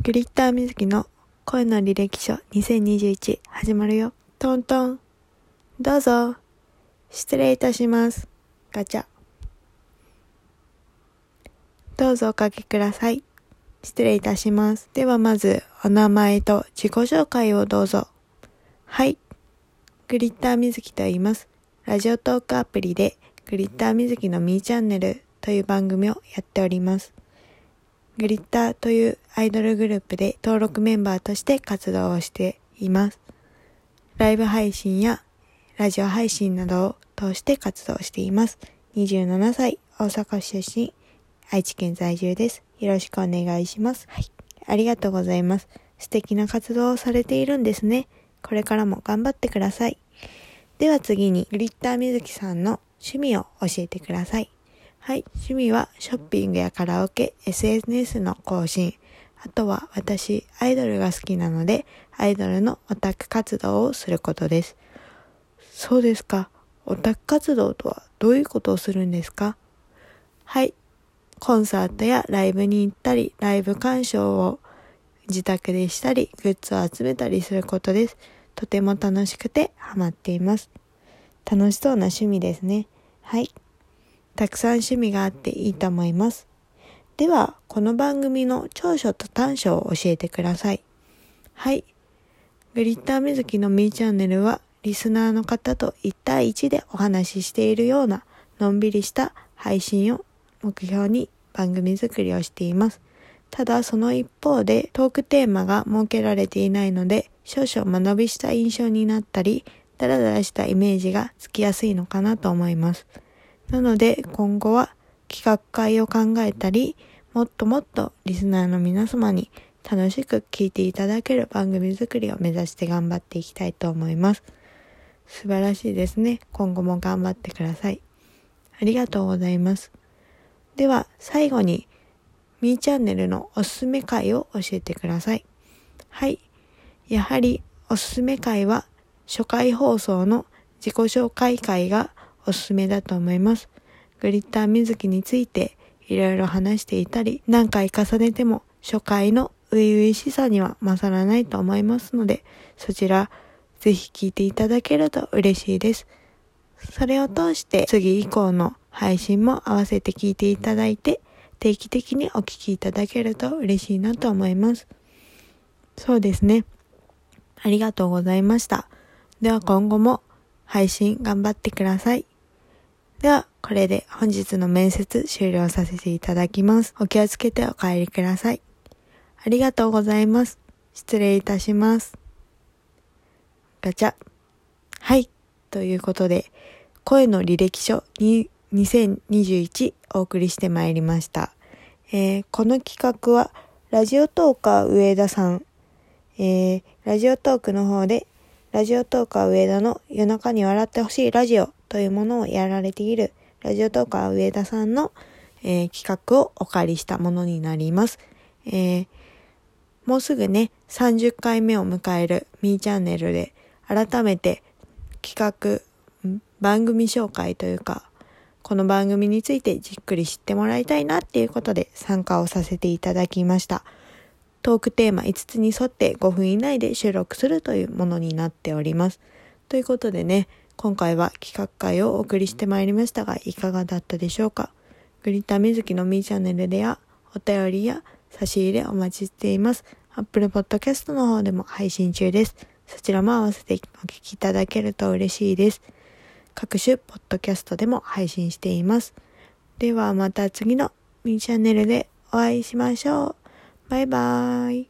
グリッターみずきの声の履歴書2021始まるよ。トントン。どうぞ。失礼いたします。ガチャ。どうぞおかけください。失礼いたします。ではまずお名前と自己紹介をどうぞ。はい。グリッターみずきと言います。ラジオトークアプリでグリッターみずきのミーチャンネルという番組をやっております。グリッターというアイドルグループで登録メンバーとして活動をしています。ライブ配信やラジオ配信などを通して活動しています。27歳、大阪府出身、愛知県在住です。よろしくお願いします。はい。ありがとうございます。素敵な活動をされているんですね。これからも頑張ってください。では次に、グリッターみずきさんの趣味を教えてください。はい。趣味はショッピングやカラオケ、SNS の更新。あとは私、アイドルが好きなので、アイドルのオタク活動をすることです。そうですか。オタク活動とはどういうことをするんですか？はい。コンサートやライブに行ったり、ライブ鑑賞を自宅でしたり、グッズを集めたりすることです。とても楽しくてハマっています。楽しそうな趣味ですね。はい。たくさん趣味があっていいと思います。では、この番組の長所と短所を教えてください。はい。グリッターみずきのミーチャンネルは、リスナーの方と1対1でお話ししているような、のんびりした配信を目標に番組作りをしています。ただ、その一方で、トークテーマが設けられていないので、少々間延びした印象になったり、ダラダラしたイメージがつきやすいのかなと思います。なので今後は企画会を考えたり、もっともっとリスナーの皆様に楽しく聞いていただける番組作りを目指して頑張っていきたいと思います。素晴らしいですね。今後も頑張ってください。ありがとうございます。では最後にミーチャンネルのおすすめ回を教えてください。はい。やはりおすすめ回は初回放送の自己紹介回がおすすめだと思います。グリッターみずきについていろいろ話していたり、何回重ねても初回の初々しさには勝らないと思いますので、そちらぜひ聞いていただけると嬉しいです。それを通して次以降の配信も合わせて聞いていただいて、定期的にお聞きいただけると嬉しいなと思います。そうですね。ありがとうございました。では今後も配信頑張ってください。では、これで本日の面接終了させていただきます。お気をつけてお帰りください。ありがとうございます。失礼いたします。ガチャ。はい。ということで、声の履歴書に2021お送りしてまいりました。この企画は、ラジオトーカー上田さん、ラジオトークの方で、ラジオトーカー上田の夜中に笑ってほしいラジオというものをやられているラジオトーカー上田さんの、企画をお借りしたものになります。もうすぐね、30回目を迎えるミーチャンネルで改めて番組紹介というか、この番組についてじっくり知ってもらいたいなっていうことで参加をさせていただきました。トークテーマ5つに沿って5分以内で収録するというものになっております。ということでね、今回は企画会をお送りしてまいりましたが、いかがだったでしょうか。グリッターみずきのミーチャンネルではお便りや差し入れお待ちしています。Apple Podcast の方でも配信中です。そちらも合わせてお聞きいただけると嬉しいです。各種ポッドキャストでも配信しています。ではまた次のミーチャンネルでお会いしましょう。バイバーイ。